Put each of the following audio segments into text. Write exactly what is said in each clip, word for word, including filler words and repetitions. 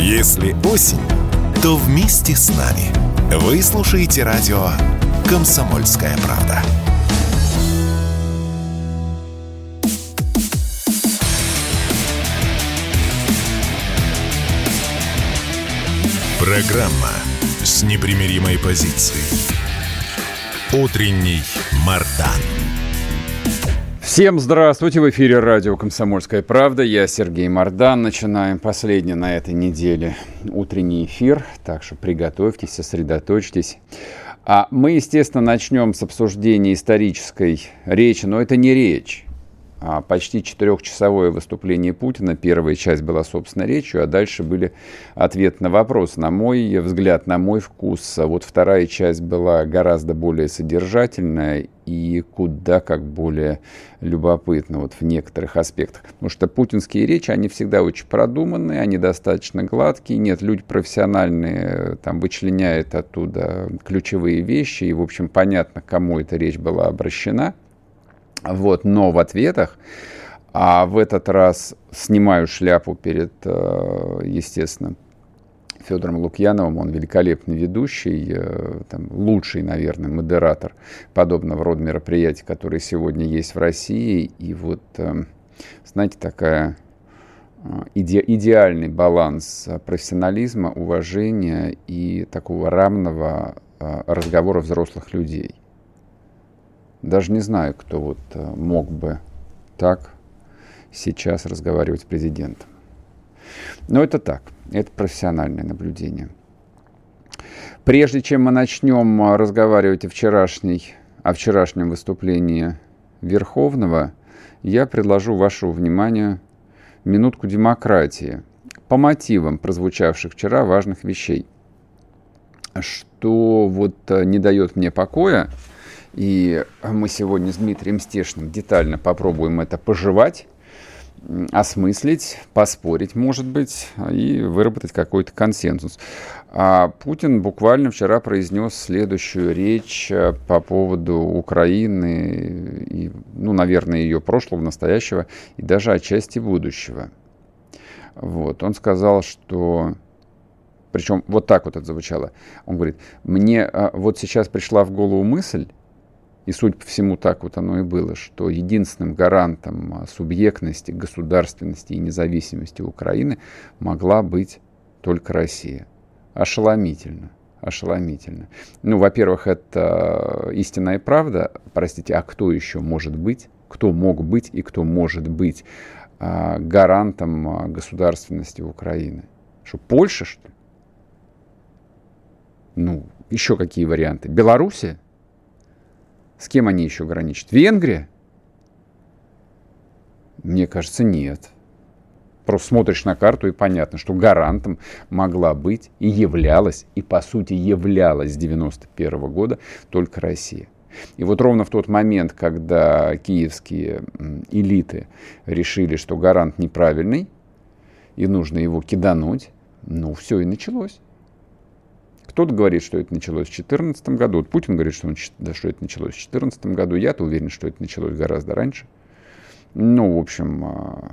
Если осень, то вместе с нами. Вы слушаете радио «Комсомольская правда». Программа с непримиримой позицией. Утренний Мардан. Всем здравствуйте! В эфире радио «Комсомольская правда». Я Сергей Мардан. Начинаем последний на этой неделе утренний эфир. Так что приготовьтесь, сосредоточьтесь. А мы, естественно, начнем с обсуждения исторической речи. Но это не речь. А почти четырехчасовое выступление Путина. Первая часть была, собственно, речью, а дальше были ответы на вопросы. На мой взгляд, на мой вкус, вот вторая часть была гораздо более содержательная и куда как более любопытна вот в некоторых аспектах. Потому что путинские речи, они всегда очень продуманные, они достаточно гладкие. Нет, люди профессиональные там вычленяют оттуда ключевые вещи, и, в общем, понятно, к кому эта речь была обращена. Вот, но в ответах, а в этот раз снимаю шляпу перед, естественно, Федором Лукьяновым, он великолепный ведущий, там, лучший, наверное, модератор подобного рода мероприятий, которые сегодня есть в России. И вот, знаете, такая иде- идеальный баланс профессионализма, уважения и такого равного разговора взрослых людей. Даже не знаю, кто вот мог бы так сейчас разговаривать с президентом. Но это так, это профессиональное наблюдение. Прежде чем мы начнем разговаривать о, вчерашней, о вчерашнем выступлении Верховного, я предложу вашему вниманию минутку демократии по мотивам прозвучавших вчера важных вещей. Что вот не дает мне покоя, и мы сегодня с Дмитрием Стешиным детально попробуем это пожевать, осмыслить, поспорить, может быть, и выработать какой-то консенсус. А Путин буквально вчера произнес следующую речь по поводу Украины, и, ну, наверное, ее прошлого, настоящего и даже отчасти будущего. Вот. Он сказал, что... Причем вот так вот это звучало. Он говорит, мне вот сейчас пришла в голову мысль, и, судя по всему, так вот оно и было, что единственным гарантом субъектности, государственности и независимости Украины могла быть только Россия. Ошеломительно, ошеломительно. Ну, во-первых, это истинная правда. Простите, а кто еще может быть? Кто мог быть и кто может быть а, гарантом государственности Украины? Что, Польша, что ли? Ну, еще какие варианты? Белоруссия? С кем они еще граничат? Венгрия? Мне кажется, нет. Просто смотришь на карту и понятно, что гарантом могла быть и являлась, и по сути являлась с девяносто первого года только Россия. И вот ровно в тот момент, когда киевские элиты решили, что гарант неправильный, и нужно его кидануть, ну все и началось. Кто-то говорит, что это началось в две тысячи четырнадцатом году. Вот Путин говорит, что, он, да, что это началось в две тысячи четырнадцатом году. Я-то уверен, что это началось гораздо раньше. Ну, в общем,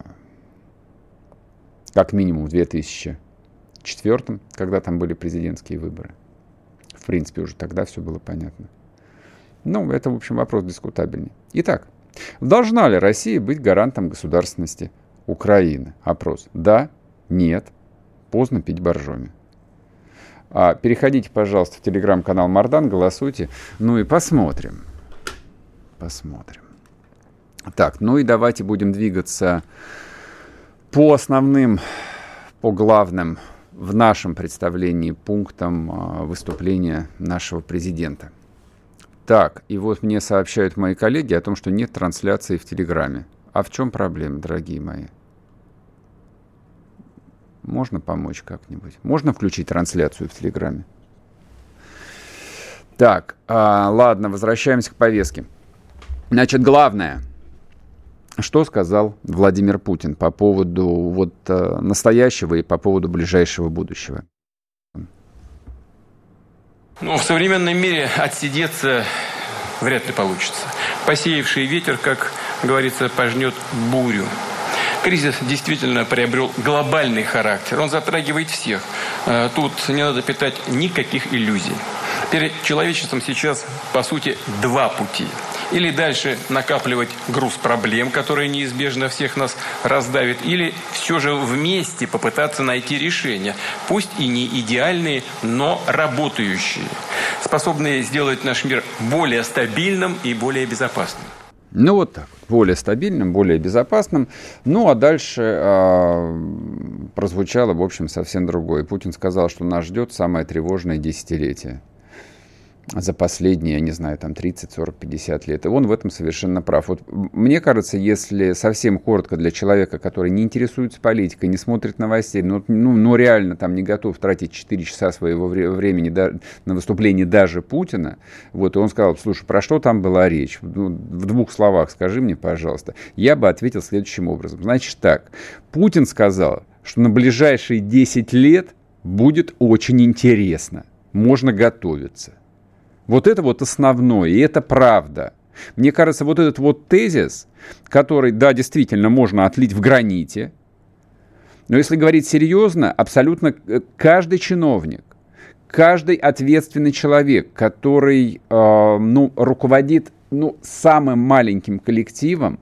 как минимум в две тысячи четвёртом, когда там были президентские выборы. В принципе, уже тогда все было понятно. Ну, это, в общем, вопрос дискутабельный. Итак, должна ли Россия быть гарантом государственности Украины? Опрос. Да, нет, поздно пить боржоми. А, переходите, пожалуйста, в телеграм-канал Мардан, голосуйте. Ну и посмотрим. Посмотрим. Так, ну и давайте будем двигаться по основным, по главным в нашем представлении пунктам а, выступления нашего президента. Так, и вот мне сообщают мои коллеги о том, что нет трансляции в Телеграме. А в чем проблема, дорогие мои? Можно помочь как-нибудь? Можно включить трансляцию в Телеграме? Так, а, ладно, возвращаемся к повестке. Значит, главное, что сказал Владимир Путин по поводу вот, настоящего и по поводу ближайшего будущего? Ну, в современном мире отсидеться вряд ли получится. Посеявший ветер, как говорится, пожнет бурю. Кризис действительно приобрел глобальный характер. Он затрагивает всех. Тут не надо питать никаких иллюзий. Перед человечеством сейчас, по сути, два пути. Или дальше накапливать груз проблем, которые неизбежно всех нас раздавят, или все же вместе попытаться найти решения, пусть и не идеальные, но работающие, способные сделать наш мир более стабильным и более безопасным. Ну, вот так вот. Более стабильным, более безопасным. Ну, а дальше э, прозвучало, в общем, совсем другое. Путин сказал, что нас ждет самое тревожное десятилетие за последние, я не знаю, там тридцать, сорок, пятьдесят лет. И он в этом совершенно прав. Вот мне кажется, если совсем коротко для человека, который не интересуется политикой, не смотрит новостей, ну, ну, ну реально там не готов тратить четыре часа своего вре- времени да, на выступление даже Путина, вот, и он сказал, слушай, про что там была речь? Ну, в двух словах скажи мне, пожалуйста. Я бы ответил следующим образом. Значит так, Путин сказал, что на ближайшие десять лет будет очень интересно. Можно готовиться. Вот это вот основное, и это правда. Мне кажется, вот этот вот тезис, который, да, действительно можно отлить в граните, но если говорить серьезно, абсолютно каждый чиновник, каждый ответственный человек, который, э, ну, руководит, ну, самым маленьким коллективом,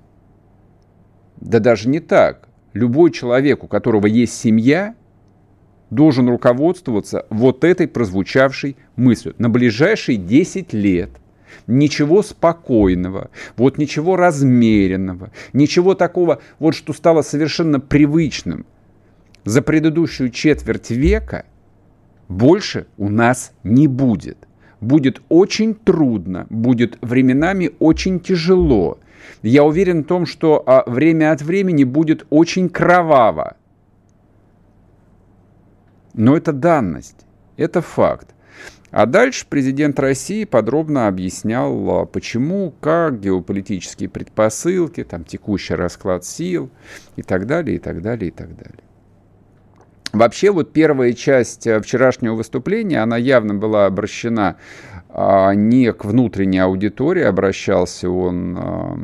да даже не так, любой человек, у которого есть семья, должен руководствоваться вот этой прозвучавшей мыслью. На ближайшие десять лет ничего спокойного, вот ничего размеренного, ничего такого, вот что стало совершенно привычным за предыдущую четверть века, больше у нас не будет. Будет очень трудно, будет временами очень тяжело. Я уверен в том, что а, время от времени будет очень кроваво. Но это данность, это факт. А дальше президент России подробно объяснял, почему, как, геополитические предпосылки, там, текущий расклад сил и так далее, и так далее, и так далее. Вообще, вот первая часть вчерашнего выступления, она явно была обращена а, не к внутренней аудитории, обращался он а,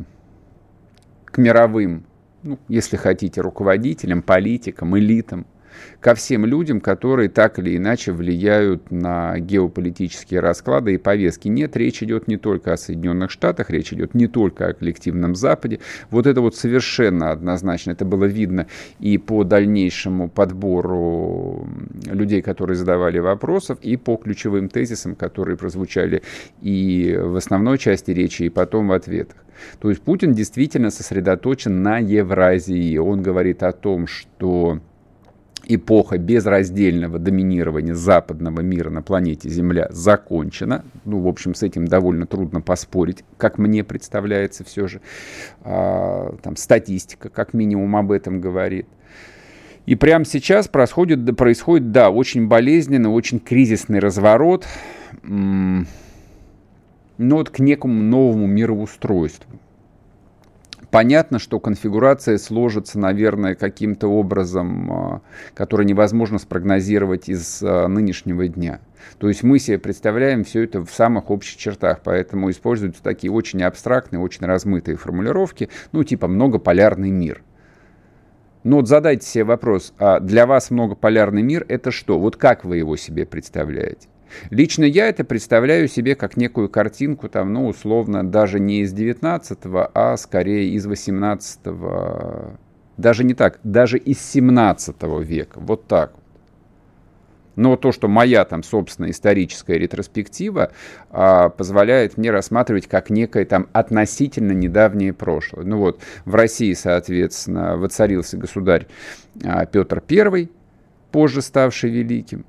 к мировым, ну, если хотите, руководителям, политикам, элитам, ко всем людям, которые так или иначе влияют на геополитические расклады и повестки. Нет, речь идет не только о Соединенных Штатах, речь идет не только о коллективном Западе. Вот это вот совершенно однозначно. Это было видно и по дальнейшему подбору людей, которые задавали вопросов, и по ключевым тезисам, которые прозвучали и в основной части речи, и потом в ответах. То есть Путин действительно сосредоточен на Евразии. Он говорит о том, что эпоха безраздельного доминирования западного мира на планете Земля закончена. Ну, в общем, с этим довольно трудно поспорить, как мне представляется все же. А, там статистика, как минимум, об этом говорит. И прямо сейчас происходит, происходит, да, очень болезненный, очень кризисный разворот, м- но вот к некому новому мироустройству. Понятно, что конфигурация сложится, наверное, каким-то образом, который невозможно спрогнозировать из нынешнего дня. То есть мы себе представляем все это в самых общих чертах, поэтому используются такие очень абстрактные, очень размытые формулировки, ну типа многополярный мир. Ну вот задайте себе вопрос, а для вас многополярный мир это что? Вот как вы его себе представляете? Лично я это представляю себе как некую картинку, там, ну, условно, даже не из девятнадцатого, а скорее из восемнадцатого, даже не так, даже из семнадцатого века, вот так вот. Но то, что моя там, собственно, историческая ретроспектива а, позволяет мне рассматривать как некое там относительно недавнее прошлое. Ну вот, в России, соответственно, воцарился государь а, Петр Первый, позже ставший великим.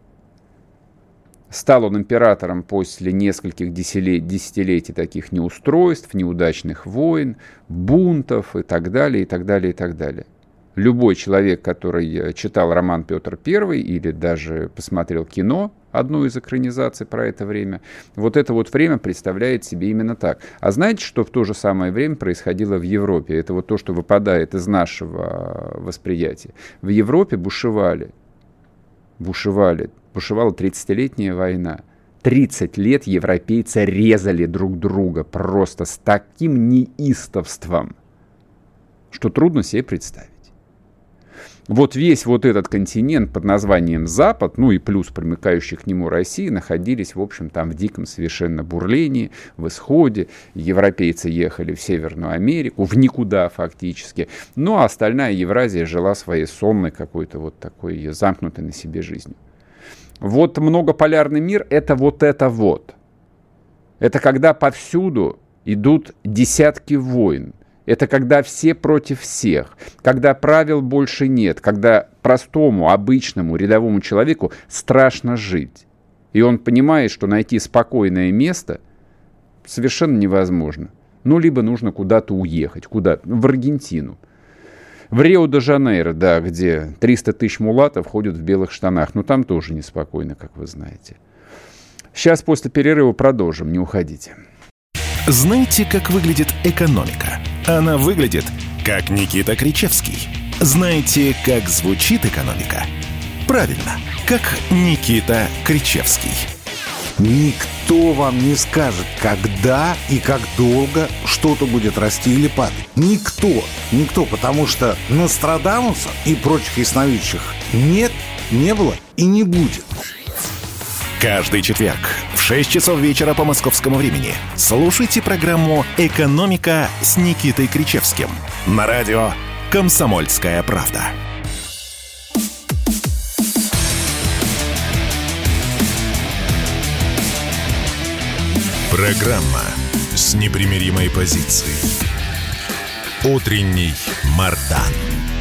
Стал он императором после нескольких десятилетий таких неустройств, неудачных войн, бунтов и так далее, и так далее, и так далее. Любой человек, который читал роман «Петр Первый» или даже посмотрел кино, одну из экранизаций про это время, вот это вот время представляет себе именно так. А знаете, что в то же самое время происходило в Европе? Это вот то, что выпадает из нашего восприятия. В Европе бушевали, бушевали, бушевала тридцатилетняя война. тридцать лет европейцы резали друг друга просто с таким неистовством, что трудно себе представить. Вот весь вот этот континент под названием Запад, ну и плюс примыкающий к нему России, находились, в общем, там в диком совершенно бурлении, в исходе. Европейцы ехали в Северную Америку, в никуда фактически. Ну, а остальная Евразия жила своей сонной какой-то вот такой замкнутой на себе жизнью. Вот многополярный мир — это вот это вот. Это когда повсюду идут десятки войн. Это когда все против всех, когда правил больше нет, когда простому, обычному, рядовому человеку страшно жить. И он понимает, что найти спокойное место совершенно невозможно. Ну, либо нужно куда-то уехать, куда-то, в Аргентину. В Рио-де-Жанейро, да, где триста тысяч мулатов ходят в белых штанах. Но там тоже неспокойно, как вы знаете. Сейчас после перерыва продолжим, не уходите. Знаете, как выглядит экономика? Она выглядит, как Никита Кричевский. Знаете, как звучит экономика? Правильно, как Никита Кричевский. Никто вам не скажет, когда и как долго что-то будет расти или падать. Никто. Никто, потому что Нострадамуса и прочих ясновидящих нет, не было и не будет. Каждый четверг в шесть часов вечера по московскому времени слушайте программу «Экономика» с Никитой Кричевским на радио «Комсомольская правда». Программа с непримиримой позицией. Утренний Мардан.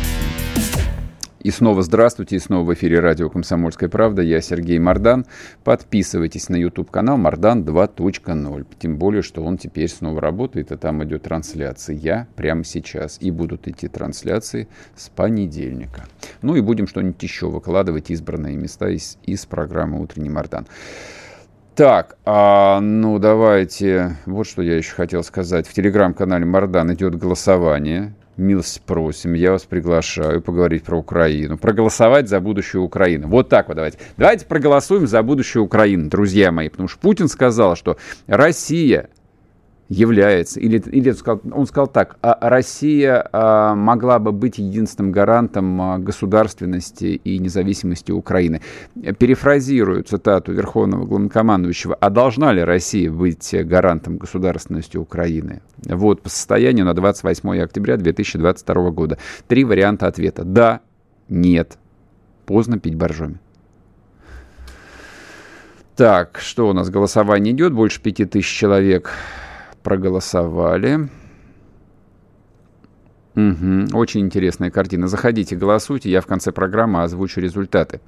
И снова здравствуйте, и снова в эфире радио «Комсомольская правда». Я Сергей Мардан. Подписывайтесь на YouTube-канал Мардан два точка ноль. Тем более, что он теперь снова работает, и там идет трансляция прямо сейчас. И будут идти трансляции с понедельника. Ну и будем что-нибудь еще выкладывать, избранные места из, из программы «Утренний Мардан». Так, а, ну давайте, вот что я еще хотел сказать. В телеграм-канале Мардан идет голосование. Милость просим, я вас приглашаю поговорить про Украину, проголосовать за будущее Украины. Вот так вот давайте. Давайте проголосуем за будущее Украины, друзья мои, потому что Путин сказал, что Россия является, или, или он, сказал, он сказал так, а Россия а, могла бы быть единственным гарантом а, государственности и независимости Украины. Перефразирую цитату Верховного Главнокомандующего: а должна ли Россия быть гарантом государственности Украины? Вот по состоянию на двадцать восьмое октября две тысячи двадцать второго года. Три варианта ответа. Да, нет. Поздно пить боржоми. Так, что у нас? Голосование идет. Больше пяти тысяч человек проголосовали. Угу. Очень интересная картина. Заходите, голосуйте. Я в конце программы озвучу результаты.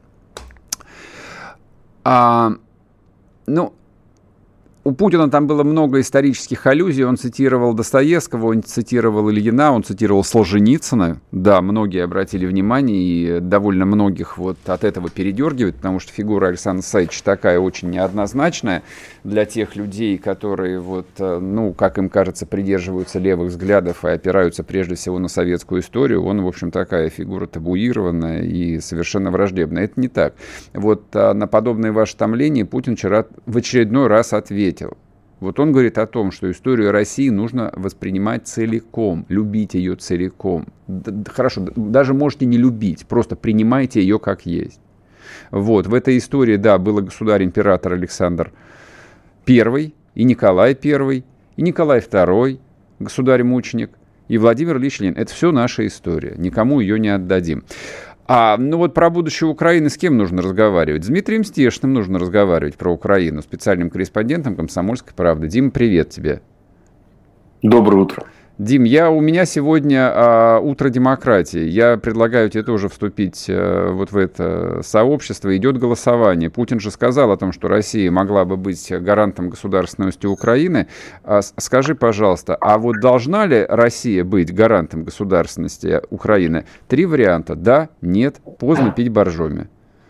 А, ну, у Путина там было много исторических аллюзий. Он цитировал Достоевского, он цитировал Ильина, он цитировал Солженицына. Да, многие обратили внимание, и довольно многих вот от этого передергивает, потому что фигура Александра Саидовича такая очень неоднозначная для тех людей, которые, вот, ну, как им кажется, придерживаются левых взглядов и опираются прежде всего на советскую историю. Он, в общем, такая фигура табуированная и совершенно враждебная. Это не так. Вот на подобные ваши томления Путин вчера в очередной раз ответил. Вот он говорит о том, что историю России нужно воспринимать целиком, любить ее целиком. Хорошо, даже можете не любить, просто принимайте ее как есть. Вот, в этой истории, да, был государь-император Александр Первый, и Николай Первый, и Николай Второй, государь-мученик, и Владимир Ильич Ленин. Это все наша история, никому ее не отдадим. А, ну вот про будущее Украины с кем нужно разговаривать? С Дмитрием Стешиным нужно разговаривать про Украину, специальным корреспондентом «Комсомольской правды». Дим, привет тебе. Доброе утро. Дим, я, у меня сегодня а, утро демократии. Я предлагаю тебе тоже вступить а, вот в это сообщество. Идет голосование. Путин же сказал о том, что Россия могла бы быть гарантом государственности Украины. А, скажи, пожалуйста, а вот должна ли Россия быть гарантом государственности Украины? Три варианта. Да, нет, поздно пить боржоми.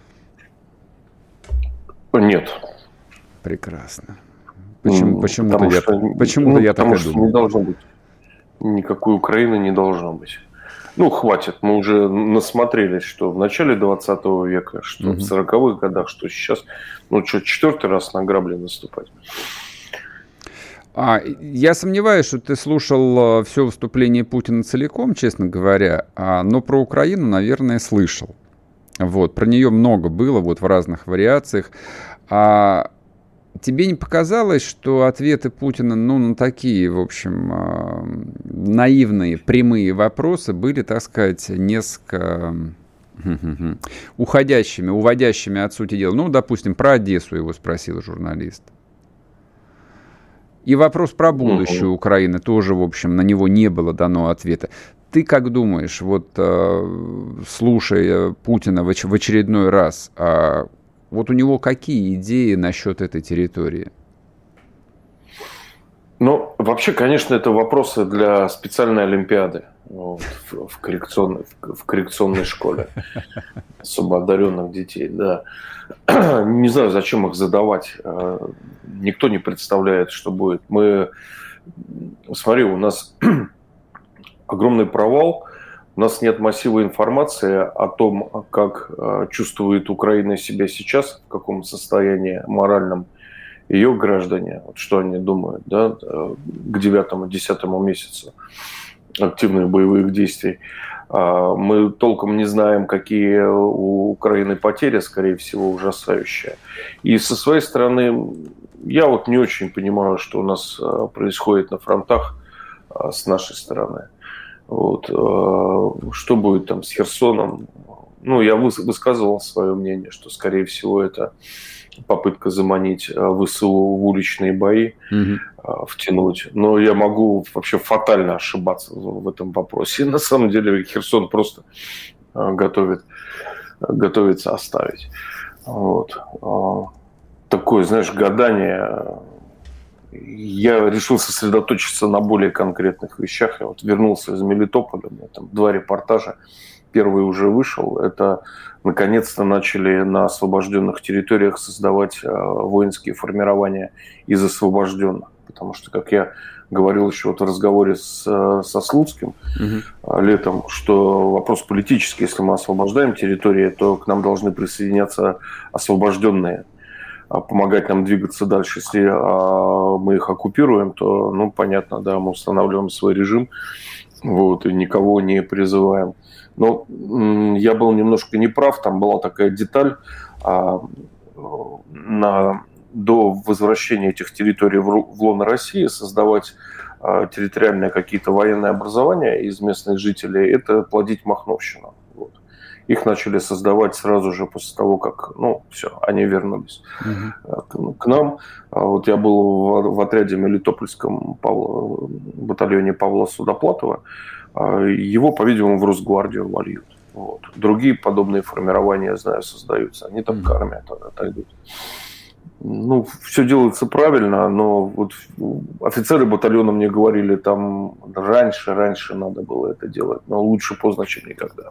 Нет. Прекрасно. Почему, почему-то я, что, почему-то ну, я так и что думаю. Не должно быть. Никакой Украины не должно быть. Ну, хватит. Мы уже насмотрелись, что в начале двадцатого века, что угу. в сороковых годах, что сейчас. Ну, что, четвертый раз на грабли наступать. А, я сомневаюсь, что ты слушал все выступление Путина целиком, честно говоря, а, но про Украину, наверное, слышал. Вот, про нее много было вот, в разных вариациях. А тебе не показалось, что ответы Путина, ну, на такие, в общем, а, наивные, прямые вопросы были, так сказать, несколько уходящими, уводящими от сути дела? Ну, допустим, про Одессу его спросил журналист. И вопрос про будущее uh-huh. Украины тоже, в общем, на него не было дано ответа. Ты как думаешь, вот слушая Путина в очередной раз, вот у него какие идеи насчет этой территории? Ну, вообще, конечно, это вопросы для специальной олимпиады вот, в, в, коррекционной, в, в коррекционной школе особо одаренных детей, да. Не знаю, зачем их задавать. Никто не представляет, что будет. Мы, смотри, у нас огромный провал. У нас нет массива информации о том, как чувствует Украина себя сейчас, в каком состоянии моральном ее граждане, вот что они думают, да, к девятому-десятому месяцу активных боевых действий. Мы толком не знаем, какие у Украины потери, скорее всего, ужасающие. И со своей стороны, я вот не очень понимаю, что у нас происходит на фронтах с нашей стороны. Вот. Что будет там с Херсоном? Ну, я высказывал свое мнение, что, скорее всего, это попытка заманить ВСУ в уличные бои, угу. втянуть. Но я могу вообще фатально ошибаться в этом вопросе. И на самом деле Херсон просто готовит, готовится оставить. Вот. Такое, знаешь, гадание. Я решил сосредоточиться на более конкретных вещах. Я вот вернулся из Мелитополя, у меня там два репортажа. Первый уже вышел. Это наконец-то начали на освобожденных территориях создавать воинские формирования из освобожденных. Потому что, как я говорил еще вот в разговоре с, со Слуцким угу. летом, что вопрос политический. Если мы освобождаем территории, то к нам должны присоединяться освобожденные, помогать нам двигаться дальше. Если мы их оккупируем, то, ну, понятно, да, мы устанавливаем свой режим, вот, и никого не призываем. Но я был немножко неправ, там была такая деталь, а, на, до возвращения этих территорий в, в лоно России создавать а, территориальные какие-то военные образования из местных жителей, это плодить махновщину. Вот. Их начали создавать сразу же после того, как, ну, все, они вернулись угу. к, к нам. Вот я был в, в отряде мелитопольском Павла, батальоне Павла Судоплатова. Его, по-видимому, в Росгвардию вольют. Вот. Другие подобные формирования, я знаю, создаются. Они там к армии отойдут. Ну, все делается правильно, но вот офицеры батальона мне говорили, там раньше, раньше надо было это делать, но лучше поздно, чем никогда.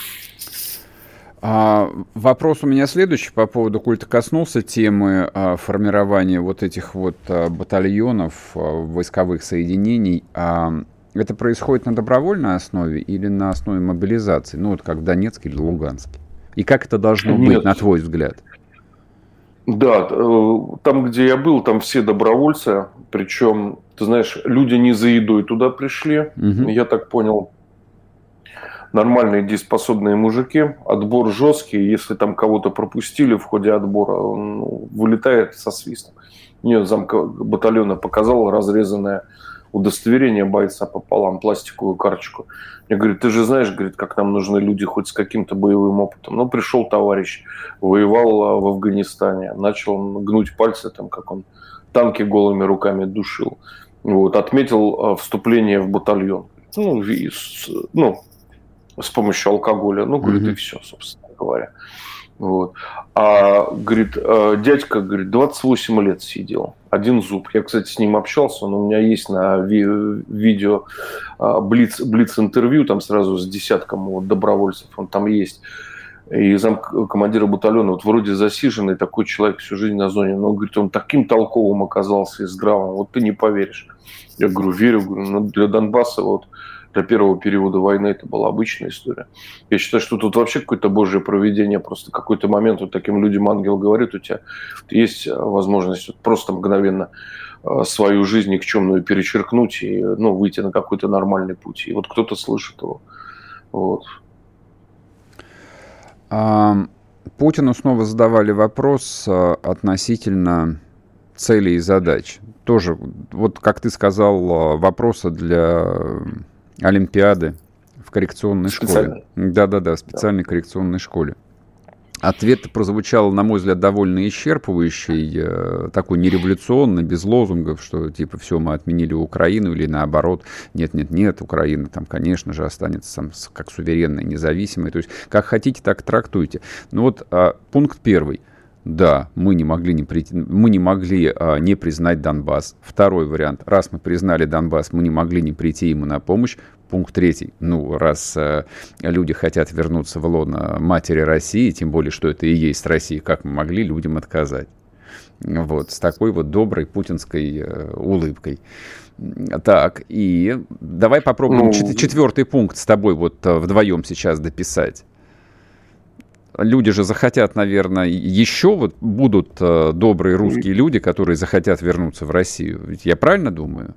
А, вопрос у меня следующий по поводу культа. Коснулся темы а, формирования вот этих вот а, батальонов, а, войсковых соединений. А, это происходит на добровольной основе или на основе мобилизации? Ну, вот как в Донецке или Луганске. И как это должно Нет. быть, на твой взгляд? Да, там, где я был, там все добровольцы. Причем, ты знаешь, люди не за едой туда пришли. Угу. Я так понял, нормальные дееспособные мужики. Отбор жесткий. Если там кого-то пропустили в ходе отбора, он вылетает со свистом. Мне зам батальона показал разрезанное удостоверение бойца пополам, пластиковую карточку. Мне говорит, ты же знаешь, говорит, как нам нужны люди хоть с каким-то боевым опытом. Ну, пришел товарищ, воевал в Афганистане, начал гнуть пальцы, там, как он танки голыми руками душил. Вот, отметил вступление в батальон. Ну, и с, ну, с помощью алкоголя. Ну, говорит, mm-hmm. и все, собственно говоря. Вот. А, говорит, дядька, говорит, двадцать восемь лет сидел. Один зуб. Я, кстати, с ним общался. Он у меня есть на ви- видео блиц, блиц-интервью, там сразу с десятком вот, добровольцев. Он там есть. И зам командира батальона, вот вроде засиженный такой человек всю жизнь на зоне. Но, говорит, он таким толковым оказался и здравым. Вот ты не поверишь. Я говорю, верю. Говорю, ну, для Донбасса, вот, для первого периода войны это была обычная история. Я считаю, что тут вообще какое-то божье провидение. Просто какой-то момент вот таким людям ангел говорит, у тебя есть возможность вот просто мгновенно свою жизнь никчемную перечеркнуть и, ну, выйти на какой-то нормальный путь. И вот кто-то слышит его. Вот. А, Путину снова задавали вопрос относительно целей и задач. Тоже, вот как ты сказал, вопросы для Олимпиады в коррекционной школе. Да-да-да, в специальной да. коррекционной школе. Ответ прозвучал, на мой взгляд, довольно исчерпывающий, такой нереволюционный, без лозунгов, что типа все, мы отменили Украину, или наоборот, нет-нет-нет, Украина там, конечно же, останется сам, как суверенная, независимая. То есть, как хотите, так трактуйте. Ну вот пункт первый. Да, мы не могли, не, прийти, мы не, могли а, не признать Донбасс. Второй вариант. Раз мы признали Донбасс, мы не могли не прийти ему на помощь. Пункт третий. Ну, раз а, люди хотят вернуться в лоно матери России, тем более, что это и есть Россия, как мы могли людям отказать? Вот, с такой вот доброй путинской э, улыбкой. Так, и давай попробуем ну... чет- четвертый пункт с тобой вот вдвоем сейчас дописать. Люди же захотят, наверное, еще вот будут э, добрые русские люди, которые захотят вернуться в Россию. Ведь я правильно думаю?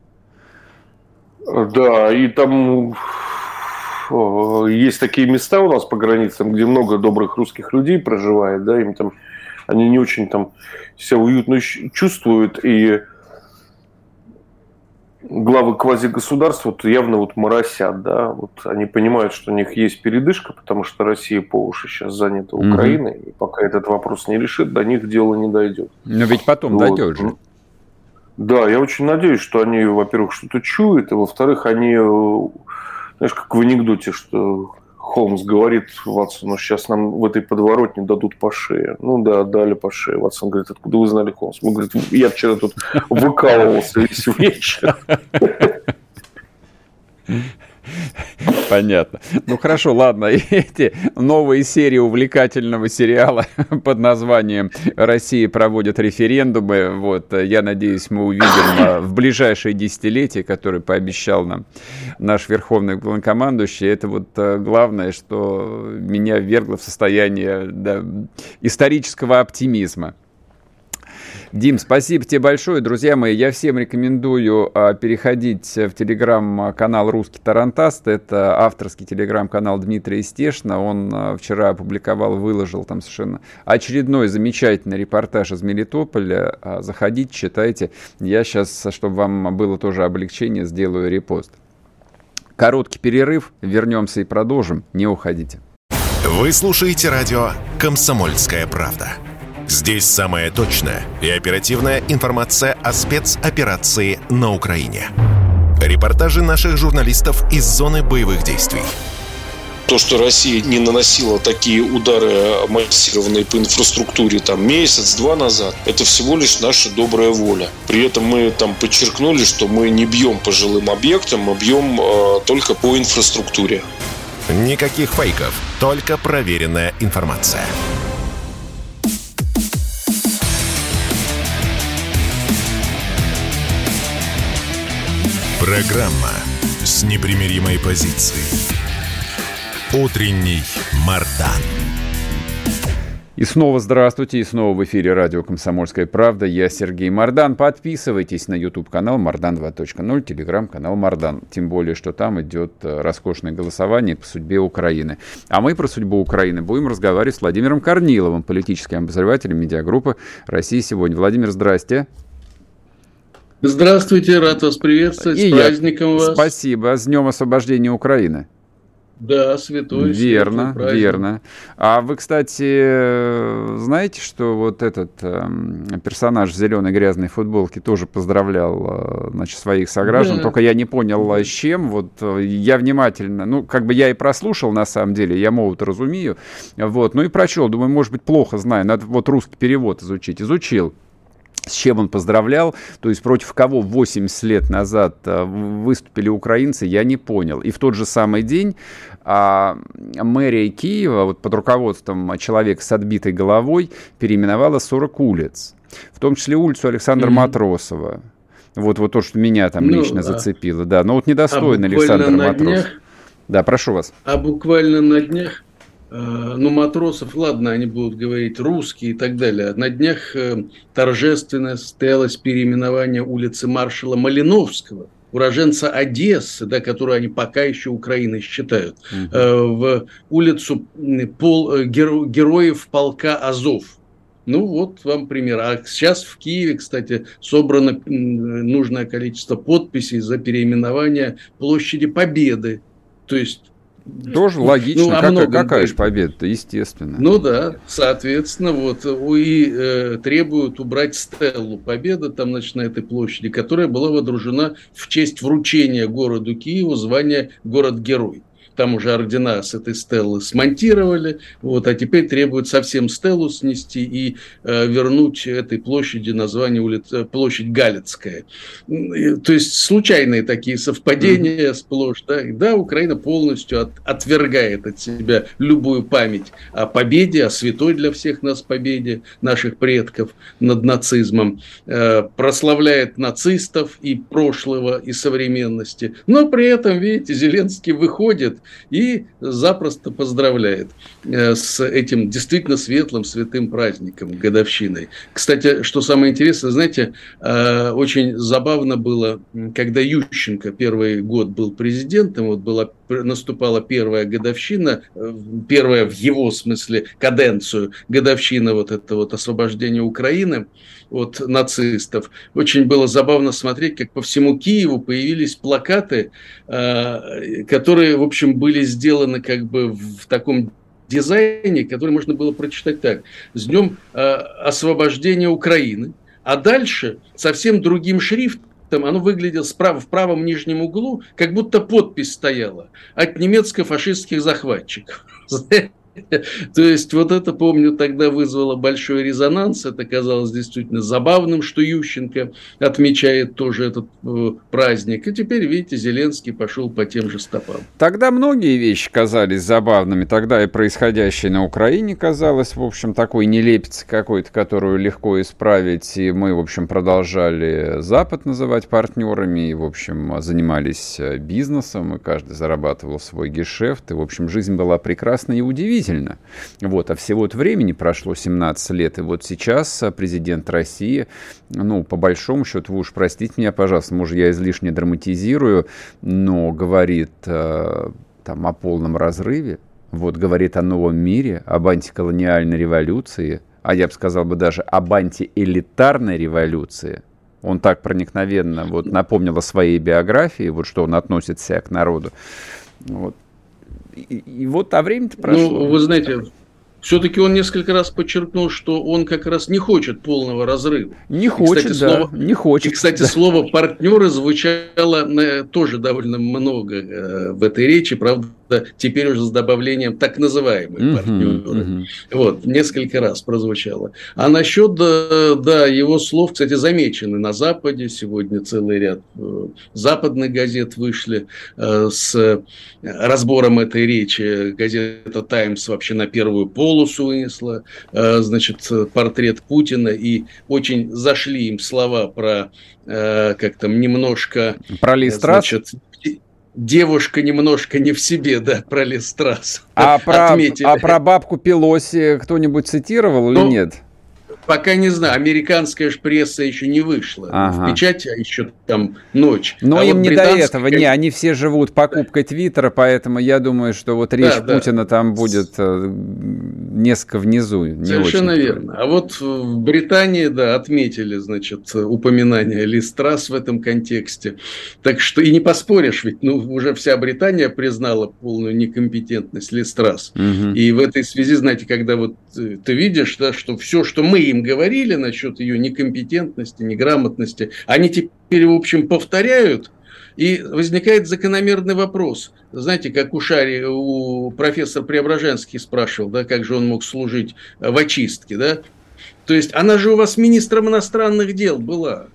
Да, и там о, есть такие места у нас по границам, где много добрых русских людей проживает, да, им там они не очень там себя уютно чувствуют, и главы квазигосударств вот явно вот моросят, да, вот они понимают, что у них есть передышка, потому что Россия по уши сейчас занята Украиной, mm-hmm. и пока этот вопрос не решит, до них дело не дойдет. Но ведь потом вот. Дойдет же. Да, я очень надеюсь, что они, во-первых, что-то чуют, и, во-вторых, они, знаешь, как в анекдоте, что Холмс говорит Ватсону, сейчас нам в этой подворотне дадут по шее. Ну да, дали по шее. Ватсон говорит, откуда вы знали, Холмс? Мы говорит, я вчера тут выкалывался весь вечер. Понятно. Ну хорошо, ладно. Эти новые серии увлекательного сериала под названием «Россия проводит референдумы». Вот, я надеюсь, мы увидим в ближайшие десятилетия, которые пообещал нам наш верховный главнокомандующий. Это вот главное, что меня ввергло в состояние да, исторического оптимизма. Дим, спасибо тебе большое. Друзья мои, я всем рекомендую а, переходить в телеграм-канал «Русский Тарантаст». Это авторский телеграм-канал Дмитрия Стешина. Он а, вчера опубликовал, выложил там совершенно очередной замечательный репортаж из Мелитополя. А, заходите, читайте. Я сейчас, чтобы вам было тоже облегчение, сделаю репост. Короткий перерыв. Вернемся и продолжим. Не уходите. Вы слушаете радио «Комсомольская правда». Здесь самая точная и оперативная информация о спецоперации на Украине. Репортажи наших журналистов из зоны боевых действий. То, что Россия не наносила такие удары массированные по инфраструктуре там месяц-два назад, это всего лишь наша добрая воля. При этом мы там подчеркнули, что мы не бьем по жилым объектам, мы бьем э, только по инфраструктуре. Никаких фейков, только проверенная информация. Программа с непримиримой позицией. Утренний Мардан. И снова здравствуйте, и снова в эфире радио «Комсомольская правда». Я Сергей Мардан. Подписывайтесь на YouTube-канал Мардан два точка ноль, телеграм-канал Мардан. Тем более, что там идет роскошное голосование по судьбе Украины. А мы про судьбу Украины будем разговаривать с Владимиром Корниловым, политическим обозревателем медиагруппы «Россия сегодня». Владимир, здрасте. Здравствуйте, рад вас приветствовать, и с праздником вас. Спасибо, с Днем освобождения Украины. Да, святой. Верно, верно. А вы, кстати, знаете, что вот этот э, персонаж в зеленой грязной футболке тоже поздравлял э, значит, своих сограждан, да. Только я не понял, с чем. Вот я внимательно, ну, как бы я и прослушал, на самом деле, я молод разумею, вот, ну и прочел, думаю, может быть, плохо знаю, надо вот русский перевод изучить. Изучил. С чем он поздравлял, то есть против кого восемьдесят лет назад выступили украинцы, я не понял. И в тот же самый день а, мэрия Киева вот, под руководством человека с отбитой головой переименовала сорок улиц, в том числе улицу Александра mm-hmm. Матросова. Вот, вот то, что меня там ну, лично а, зацепило. Да, но вот недостойно а Александр Матросов. Днях, да, прошу вас. а буквально на днях, э, ну, Матросов, ладно, они будут говорить русские и так далее. На днях э, торжественно состоялось переименование улицы маршала Малиновского, уроженца Одессы, да, которую они пока еще Украиной считают, uh-huh. э, в улицу пол, э, геро, героев полка Азов. Ну, вот вам пример. А сейчас в Киеве, кстати, собрано нужное количество подписей за переименование площади Победы. То есть... Тоже логично. Ну, какая какая же победа-то, естественно. Ну да, соответственно, вот и э, требуют убрать стеллу Победы там, значит, на этой площади, которая была водружена в честь вручения городу Киеву звания «Город-герой». Там уже ордена с этой стеллы смонтировали, вот, а теперь требуют совсем стеллу снести и э, вернуть этой площади название улицы, площадь Галицкая. То есть случайные такие совпадения mm-hmm. сплошь. Да? И да, Украина полностью от, отвергает от себя любую память о победе, о святой для всех нас победе наших предков над нацизмом, э, прославляет нацистов и прошлого, и современности. Но при этом, видите, Зеленский выходит и запросто поздравляет с этим действительно светлым, святым праздником, годовщиной. Кстати, что самое интересное, знаете, очень забавно было, когда Ющенко первый год был президентом, вот была, наступала первая годовщина, первая в его смысле каденцию, годовщина вот этого вот освобождения Украины от нацистов. Очень было забавно смотреть, как по всему Киеву появились плакаты, которые, в общем, были сделаны как бы в таком дизайне, который можно было прочитать так: «С днем освобождения Украины», а дальше совсем другим шрифтом оно выглядело справа, в правом нижнем углу, как будто подпись стояла: «От немецко-фашистских захватчиков». То есть, вот это, помню, тогда вызвало большой резонанс. Это казалось действительно забавным, что Ющенко отмечает тоже этот э, праздник. И теперь, видите, Зеленский пошел по тем же стопам. Тогда многие вещи казались забавными. Тогда и происходящее на Украине казалось, в общем, такой нелепицей какой-то, которую легко исправить. И мы, в общем, продолжали Запад называть партнерами. И, в общем, занимались бизнесом. И каждый зарабатывал свой гешефт. И, в общем, жизнь была прекрасна и удивительна. Вот, а всего-то времени прошло семнадцать лет, и вот сейчас президент России, ну, по большому счету, вы уж простите меня, пожалуйста, может, я излишне драматизирую, но говорит э, там о полном разрыве, вот, говорит о новом мире, об антиколониальной революции, а я бы сказал бы даже об антиэлитарной революции. Он так проникновенно вот напомнил о своей биографии, вот что он относит себя к народу, вот. И, и вот, а время-то прошло. Ну, вы знаете, все-таки он несколько раз подчеркнул, что он как раз не хочет полного разрыва. Не хочет, и, кстати, да, слово, не хочет. И, кстати, да. слово «партнеры» звучало тоже довольно много в этой речи, правда, теперь уже с добавлением так называемые uh-huh, партнеры. Uh-huh. Вот, несколько раз прозвучало. А насчет, да, его слов, кстати, замечены на Западе. Сегодня целый ряд западных газет вышли с разбором этой речи. Газета «Таймс» вообще на первую полосу вынесла, значит, портрет Путина, и очень зашли им слова про, как там, немножко... Про Листрас? Девушка немножко не в себе, да, про Листрас. А про, а про бабку Пелоси кто-нибудь цитировал или ну, нет? Пока не знаю. Американская же пресса еще не вышла ага. в печать, а еще там ночь. Но а им вот не британская... до этого. Не, они все живут покупкой Твиттера, поэтому я думаю, что вот речь да, Путина да. там будет несколько внизу. Не Совершенно очень верно. А вот в Британии, да, отметили, значит, упоминание Листрас в этом контексте. Так что и не поспоришь, ведь ну, уже вся Британия признала полную некомпетентность Листрас. Угу. И в этой связи, знаете, когда вот ты видишь, да, что все, что мы им говорили насчет ее некомпетентности, неграмотности, они теперь, в общем, повторяют, и возникает закономерный вопрос. Знаете, как у Шари, у профессора Преображенский спрашивал, да, как же он мог служить в очистке, да? То есть она же у вас министром иностранных дел была.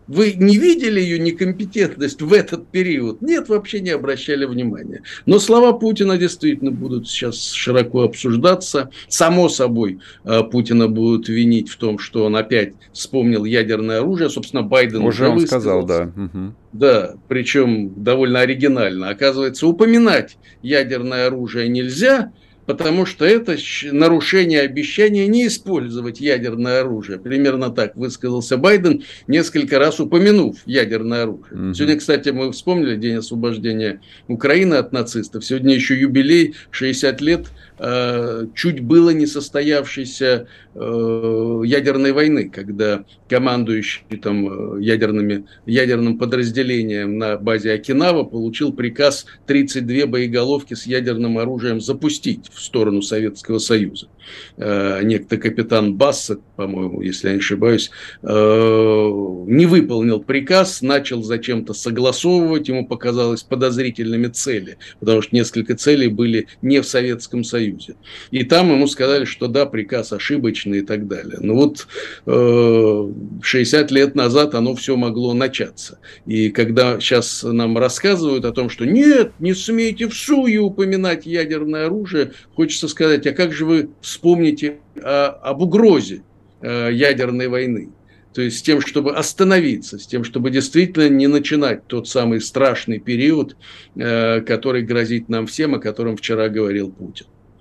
Вы не видели ее некомпетентность в этот период? Нет, вообще не обращали внимания. Но слова Путина действительно будут сейчас широко обсуждаться. Само собой, Путина будут винить в том, что он опять вспомнил ядерное оружие. Собственно, Байден уже, уже он сказал, да. Угу. Да, причем довольно оригинально. Оказывается, упоминать ядерное оружие нельзя, потому что это нарушение обещания не использовать ядерное оружие. Примерно так высказался Байден, несколько раз упомянув ядерное оружие. Mm-hmm. Сегодня, кстати, мы вспомнили День освобождения Украины от нацистов. Сегодня еще юбилей, шестьдесят лет э, чуть было не состоявшейся э, ядерной войны, когда командующий там, ядерными, ядерным подразделением на базе Окинава получил приказ тридцать две боеголовки с ядерным оружием запустить в сторону Советского Союза. Э, некто капитан Басса, по-моему, если я не ошибаюсь, э, не выполнил приказ, начал зачем-то согласовывать, ему показалось подозрительными цели, потому что несколько целей были не в Советском Союзе. И там ему сказали, что да, приказ ошибочный и так далее. Но вот э, шестьдесят лет назад оно все могло начаться. И когда сейчас нам рассказывают о том, что нет, не смейте всуе упоминать ядерное оружие, хочется сказать, а как же вы вспомните о, об угрозе э, ядерной войны? То есть с тем, чтобы остановиться, с тем, чтобы действительно не начинать тот самый страшный период, э, который грозит нам всем, о котором вчера говорил Путин.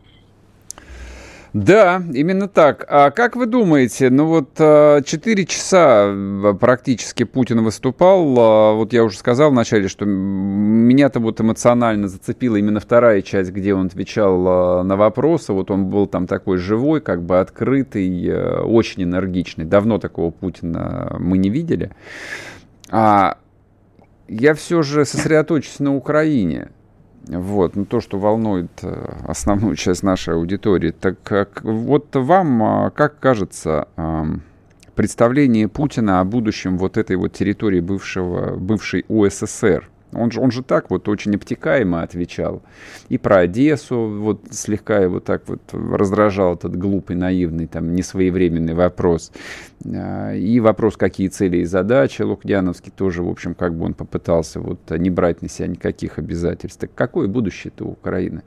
Да, именно так. А как вы думаете, ну вот четыре часа практически Путин выступал, вот я уже сказал вначале, что меня-то вот эмоционально зацепила именно вторая часть, где он отвечал на вопросы, вот он был там такой живой, как бы открытый, очень энергичный. Давно такого Путина мы не видели. А я все же сосредоточусь на Украине. Вот, ну то, что волнует основную часть нашей аудитории. Так как, вот вам, как кажется, представление Путина о будущем вот этой вот территории бывшего, бывшей УССР? Он же, он же так вот очень обтекаемо отвечал. И про Одессу вот слегка его так вот раздражал этот глупый, наивный, там, несвоевременный вопрос. И вопрос, какие цели и задачи. Лукьяновский тоже, в общем, как бы он попытался вот не брать на себя никаких обязательств. Так какое будущее-то у Украины?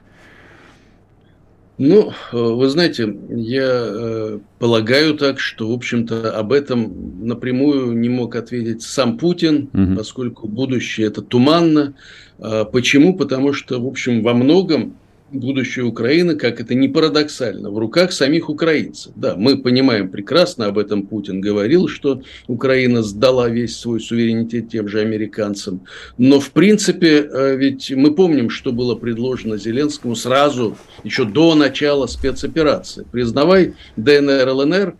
Ну, вы знаете, я полагаю так, что, в общем-то, об этом напрямую не мог ответить сам Путин, угу. поскольку будущее это туманно. Почему? Потому что, в общем, во многом будущее Украины, как это ни парадоксально, в руках самих украинцев. Да, мы понимаем прекрасно, об этом Путин говорил, что Украина сдала весь свой суверенитет тем же американцам. Но, в принципе, ведь мы помним, что было предложено Зеленскому сразу, еще до начала спецоперации. Признавай ДНР, ЛНР,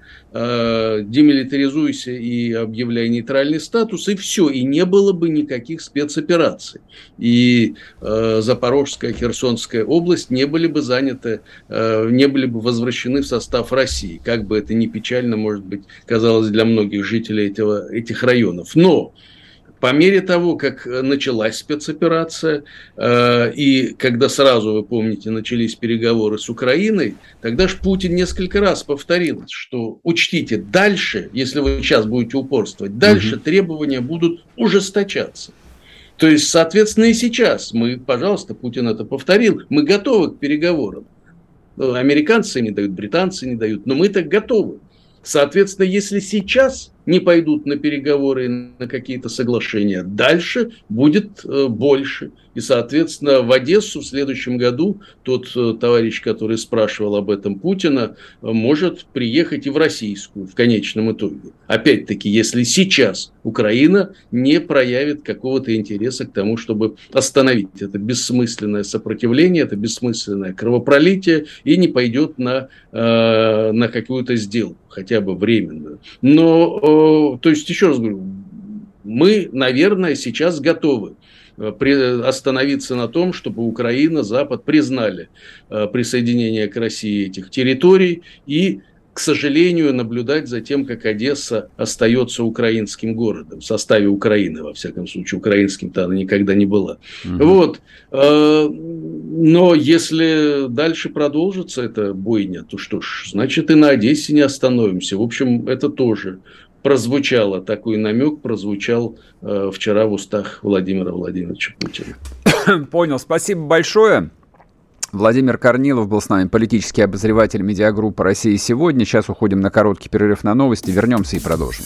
демилитаризуйся и объявляй нейтральный статус, и все, и не было бы никаких спецопераций. И э, Запорожская, Херсонская область не были бы заняты, э, не были бы возвращены в состав России, как бы это ни печально, может быть, казалось для многих жителей этого, этих районов. Но по мере того, как началась спецоперация, э, и когда сразу, вы помните, начались переговоры с Украиной, тогда же Путин несколько раз повторил, что учтите, дальше, если вы сейчас будете упорствовать, дальше угу. требования будут ужесточаться. То есть, соответственно, и сейчас мы, пожалуйста, Путин это повторил, мы готовы к переговорам. Американцы не дают, британцы не дают, но мы-то готовы. Соответственно, если сейчас не пойдут на переговоры, на какие-то соглашения, дальше будет э, больше. И, соответственно, в Одессу в следующем году тот э, товарищ, который спрашивал об этом Путина, э, может приехать и в российскую в конечном итоге. Опять-таки, если сейчас Украина не проявит какого-то интереса к тому, чтобы остановить это бессмысленное сопротивление, это бессмысленное кровопролитие и не пойдет на, э, на какую-то сделку, хотя бы временную. Но то есть, еще раз говорю, мы, наверное, сейчас готовы остановиться на том, чтобы Украина, Запад признали присоединение к России этих территорий и, к сожалению, наблюдать за тем, как Одесса остается украинским городом, в составе Украины, во всяком случае, украинским-то она никогда не была. Mm-hmm. Вот. Но если дальше продолжится эта бойня, то что ж, значит, и на Одессе не остановимся. В общем, это тоже прозвучало, такой намек прозвучал э, вчера в устах Владимира Владимировича Путина. Понял, спасибо большое. Владимир Корнилов был с нами, политический обозреватель медиагруппы «Россия сегодня». Сейчас уходим на короткий перерыв на новости, вернемся и продолжим.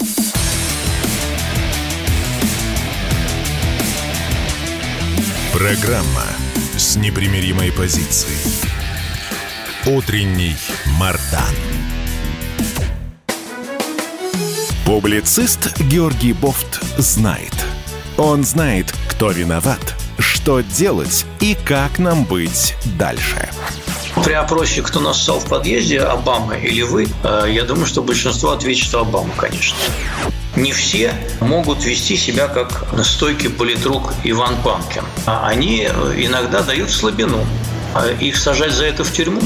Программа с непримиримой позицией. Утренний Мардан. Публицист Георгий Бофт знает. Он знает, кто виноват, что делать и как нам быть дальше. При опросе, кто нассал в подъезде, Обама или вы, я думаю, что большинство ответит Обама, конечно. Не все могут вести себя как стойкий политрук Иван Панкин. Они иногда дают слабину. Их сажать за это в тюрьму?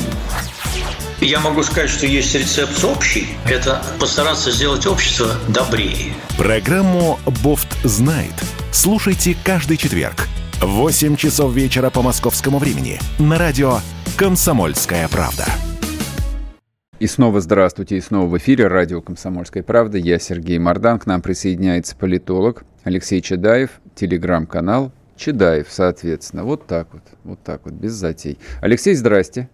Я могу сказать, что есть рецепт общий. Это постараться сделать общество добрее. Программу «Бофт знает» слушайте каждый четверг в восемь часов вечера по московскому времени на радио «Комсомольская правда». И снова здравствуйте, и снова в эфире радио «Комсомольская правда». Я Сергей Мардан, к нам присоединяется политолог Алексей Чедаев, телеграм-канал Чедаев, соответственно. Вот так вот, вот так вот, без затей. Алексей, здрасте.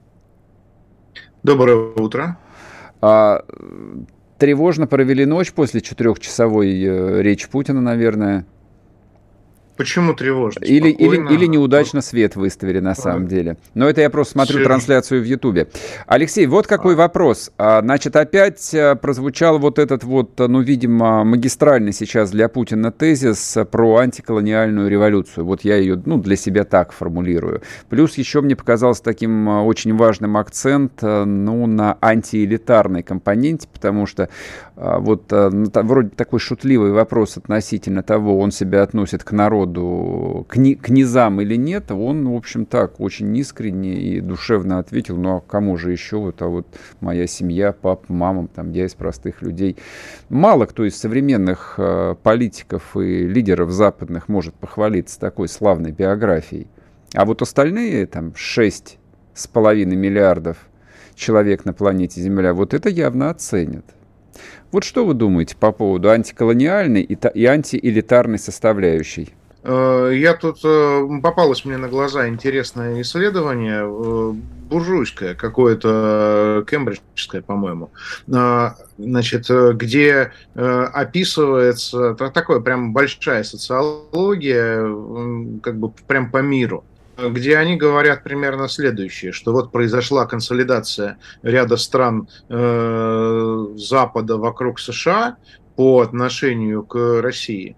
Доброе утро. А, тревожно провели ночь после четырехчасовой э, речи Путина, наверное. Почему тревожно? Или, или, или неудачно свет выставили на самом а, деле. Но это я просто смотрю все... трансляцию в Ютубе. Алексей, вот какой а. вопрос. Значит, опять прозвучал вот этот вот, ну, видимо, магистральный сейчас для Путина тезис про антиколониальную революцию. Вот я ее, ну, для себя так формулирую. Плюс еще мне показался таким очень важным акцент, ну, на антиэлитарной компоненте, потому что вот вроде такой шутливый вопрос относительно того, он себя относит к народу, к, ни, к низам или нет, он, в общем, так, очень искренне и душевно ответил, ну, а кому же еще, вот, а вот моя семья, папа, мама, там, я из простых людей. Мало кто из современных э, политиков и лидеров западных может похвалиться такой славной биографией. А вот остальные, там, шесть с половиной миллиардов человек на планете Земля, вот это явно оценят. Вот что вы думаете по поводу антиколониальной и, и антиэлитарной составляющей? Я тут, попалось мне на глаза интересное исследование, буржуйское, какое-то кембриджское, по-моему, значит, где описывается такое прям большая социология, как бы прям по миру, где они говорят примерно следующее, что вот произошла консолидация ряда стран э, Запада вокруг США по отношению к России,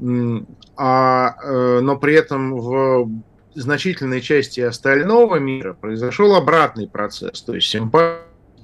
а, э, но при этом в значительной части остального мира произошел обратный процесс, то есть симпатия.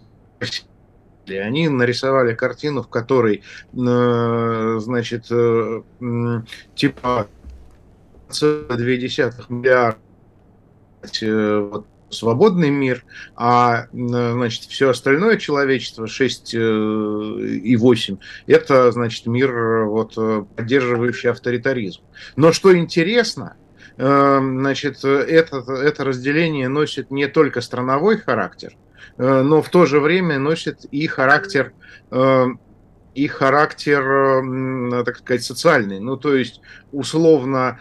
Они нарисовали картину, в которой, э, значит, э, э, типа два миллиарда вот, свободный мир, а, значит, все остальное человечество, шесть и восемь, это, значит, мир, вот, поддерживающий авторитаризм. Но что интересно, значит, это, это разделение носит не только страновой характер, но в то же время носит и характер, и характер, так сказать, социальный. Ну, то есть, условно,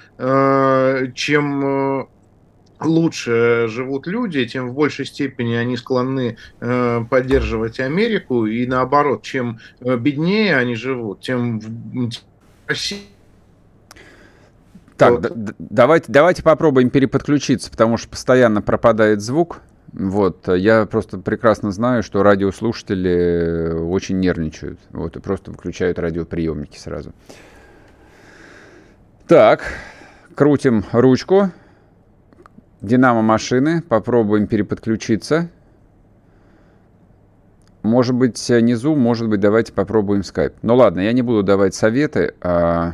чем лучше живут люди, тем в большей степени они склонны э, поддерживать Америку, и наоборот, чем беднее они живут, тем в России. Так, вот. д- давайте, давайте попробуем переподключиться, потому что постоянно пропадает звук. Вот, я просто прекрасно знаю, что радиослушатели очень нервничают, вот, и просто выключают радиоприемники сразу. Так, крутим ручку. Динамо машины, попробуем переподключиться. Может быть, не Zoom, может быть, давайте попробуем Skype. Ну ладно, я не буду давать советы. А...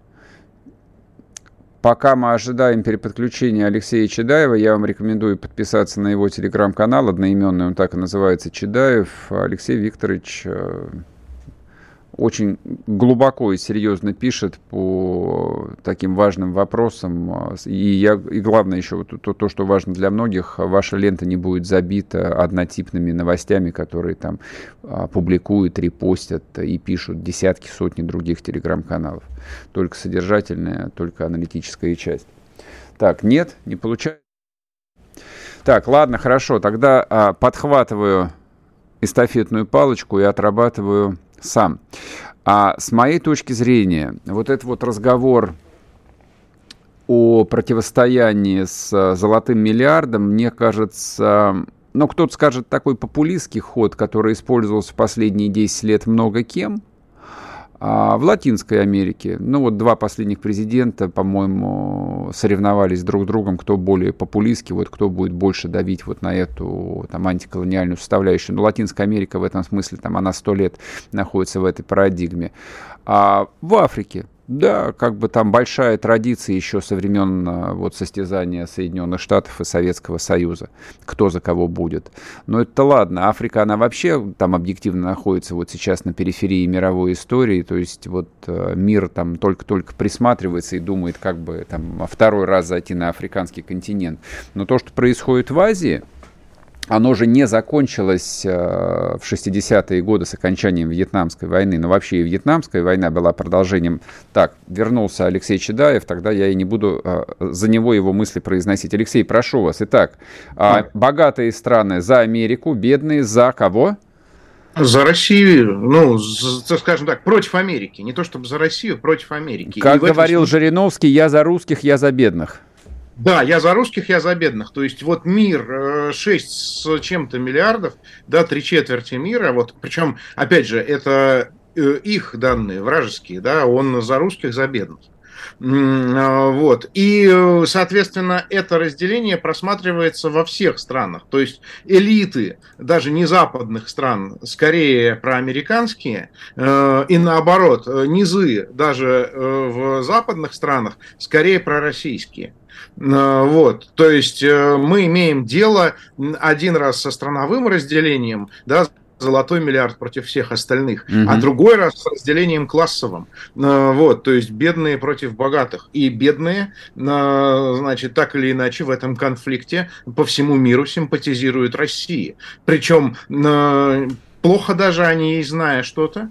Пока мы ожидаем переподключения Алексея Чедаева, я вам рекомендую подписаться на его телеграм-канал, одноименный, он так и называется, Чедаев. Алексей Викторович очень глубоко и серьезно пишет по таким важным вопросам. И, я, и главное еще то, то, что важно для многих, ваша лента не будет забита однотипными новостями, которые там публикуют, репостят и пишут десятки, сотни других телеграм-каналов. Только содержательная, только аналитическая часть. Так, нет, не получается. Так, ладно, хорошо, тогда а, подхватываю эстафетную палочку и отрабатываю сам. А с моей точки зрения, вот этот вот разговор о противостоянии с золотым миллиардом, мне кажется, ну, кто-то скажет, такой популистский ход, который использовался в последние десять лет много кем. А в Латинской Америке, ну вот два последних президента, по-моему, соревновались друг с другом, кто более популистский, вот кто будет больше давить вот на эту там антиколониальную составляющую. Но Латинская Америка в этом смысле, там она сто лет находится в этой парадигме. А в Африке, да, как бы там большая традиция еще со времен вот состязания Соединенных Штатов и Советского Союза, кто за кого будет. Но это ладно, Африка, она вообще там объективно находится вот сейчас на периферии мировой истории, то есть вот мир там только-только присматривается и думает, как бы там второй раз зайти на африканский континент. Но то, что происходит в Азии, оно же не закончилось э, в шестидесятые годы с окончанием Вьетнамской войны. Но вообще и Вьетнамская война была продолжением. Так, вернулся Алексей Чедаев, тогда я и не буду э, за него его мысли произносить. Алексей, прошу вас. Итак, э, богатые страны за Америку, бедные за кого? За Россию, ну, за, скажем так, против Америки. Не то чтобы за Россию, против Америки. Как говорил случае... Жириновский, я за русских, я за бедных. Да, я за русских, я за бедных. То есть вот мир шесть с чем-то миллиардов, да, три четверти мира, вот, причем, опять же, это их данные вражеские, да, он за русских, за бедных. Вот. И, соответственно, это разделение просматривается во всех странах. То есть элиты, даже не западных стран, скорее проамериканские, и наоборот, низы даже в западных странах скорее пророссийские. Вот, то есть мы имеем дело один раз со страновым разделением, да, золотой миллиард против всех остальных, mm-hmm. а другой раз с разделением классовым, вот, то есть бедные против богатых, и бедные, значит, так или иначе в этом конфликте по всему миру симпатизируют России, причем плохо даже о ней зная что-то,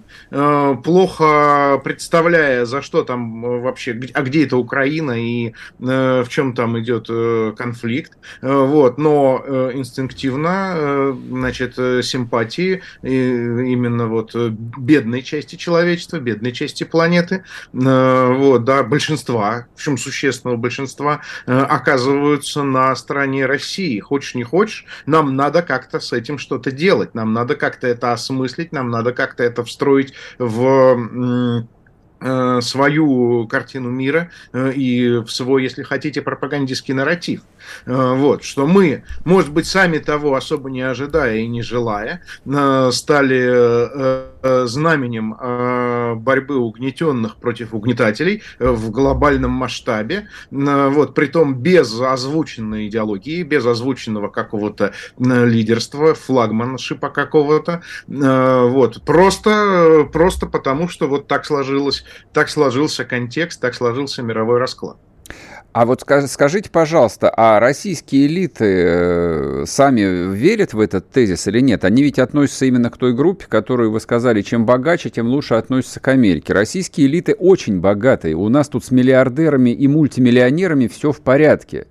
плохо представляя, за что там вообще, а где это Украина и в чем там идет конфликт, вот, но инстинктивно, значит, симпатии именно вот бедной части человечества, бедной части планеты, вот, да, большинства, в общем, существенного большинства оказываются на стороне России. Хочешь не хочешь, нам надо как-то с этим что-то делать, нам надо как-то это осмыслить, нам надо как-то это встроить в э, свою картину мира э, и в свой, если хотите, пропагандистский нарратив. Э, вот, что мы, может быть, сами того особо не ожидая и не желая, э, стали э, э, знаменем э, борьбы угнетенных против угнетателей э, в глобальном масштабе, э, вот, притом без озвученной идеологии, без озвученного какого-то э, лидерства, флагманшипа какого-то, э, вот, просто, просто потому, что вот так сложилось, так сложился контекст, так сложился мировой расклад. А вот скажите, пожалуйста, а российские элиты сами верят в этот тезис или нет? Они ведь относятся именно к той группе, которую вы сказали, чем богаче, тем лучше относятся к Америке. Российские элиты очень богатые. У нас тут с миллиардерами и мультимиллионерами все в порядке.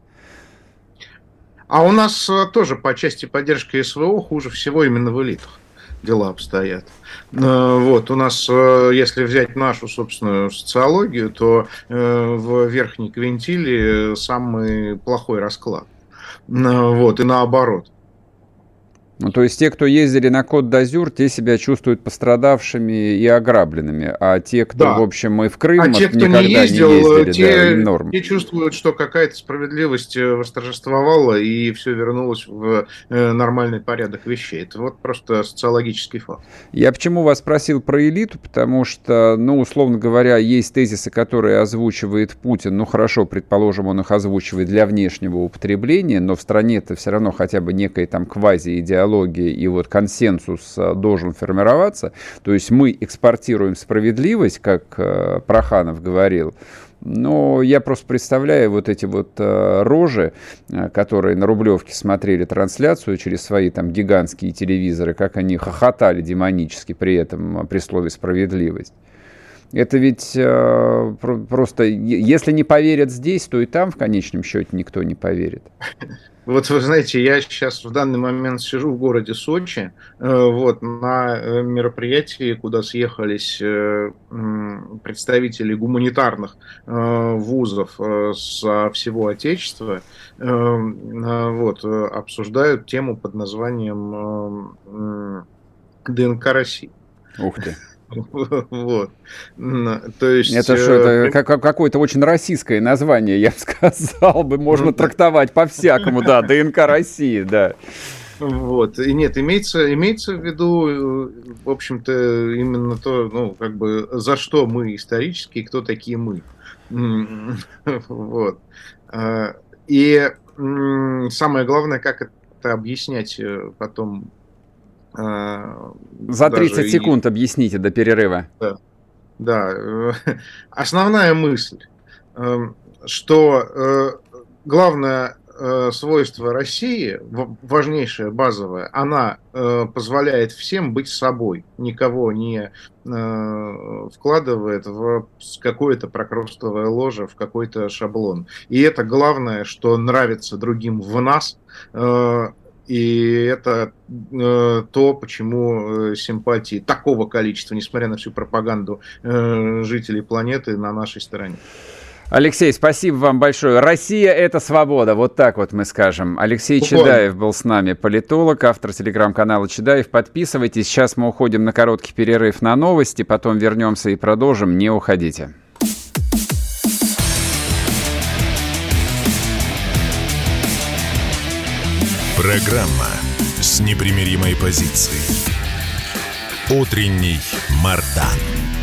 А у нас тоже по части поддержки СВО хуже всего именно в элитах дела обстоят. Вот, у нас, если взять нашу собственную социологию, то в верхней квинтиле самый плохой расклад. Вот, и наоборот. Ну, то есть те, кто ездили на Кот-д'Азюр, те себя чувствуют пострадавшими и ограбленными, а те, кто, да. в общем, и в Крым а те, кто никогда не ездил, не ездили, те, да, норм. Те чувствуют, что какая-то справедливость восторжествовала и все вернулось в нормальный порядок вещей. Это вот просто социологический факт. Я почему вас спросил про элиту, потому что, ну, условно говоря, есть тезисы, которые озвучивает Путин, ну, хорошо, предположим, он их озвучивает для внешнего употребления, но в стране это все равно хотя бы некая там квази-идеология, идеология, и вот консенсус должен формироваться. То есть мы экспортируем справедливость, как Проханов говорил. Но я просто представляю вот эти вот э, рожи, э, которые на Рублевке смотрели трансляцию через свои там гигантские телевизоры, как они хохотали демонически при этом, э, при слове «справедливость». Это ведь э, про- просто, если не поверят здесь, то и там в конечном счете никто не поверит. Вот вы знаете, я сейчас в данный момент сижу в городе Сочи, вот, на мероприятии, куда съехались представители гуманитарных вузов со всего Отечества, вот, обсуждают тему под названием ДНК России. Ух ты. Вот. То есть, это что, это как, какое-то очень российское название, я бы сказал бы, можно трактовать по-всякому, да, ДНК России, да. Вот, и нет, имеется, имеется в виду, в общем-то, именно то, ну, как бы, за что мы исторически, кто такие мы. Вот. И самое главное, как это объяснять потом. За тридцать секунд и... объясните до перерыва. Да. Да. Основная мысль, что главное свойство России, важнейшее, базовое, она позволяет всем быть собой, никого не вкладывает в какое-то прокрустовое ложе, в какой-то шаблон. И это главное, что нравится другим в нас. И это э, то, почему э, симпатии такого количества, несмотря на всю пропаганду э, жителей планеты, на нашей стороне. Алексей, спасибо вам большое. Россия – это свобода. Вот так вот мы скажем. Алексей Буквально. Чедаев был с нами, политолог, автор телеграм-канала Чедаев. Подписывайтесь. Сейчас мы уходим на короткий перерыв на новости, потом вернемся и продолжим. Не уходите. Программа с непримиримой позицией. Утренний Мардан.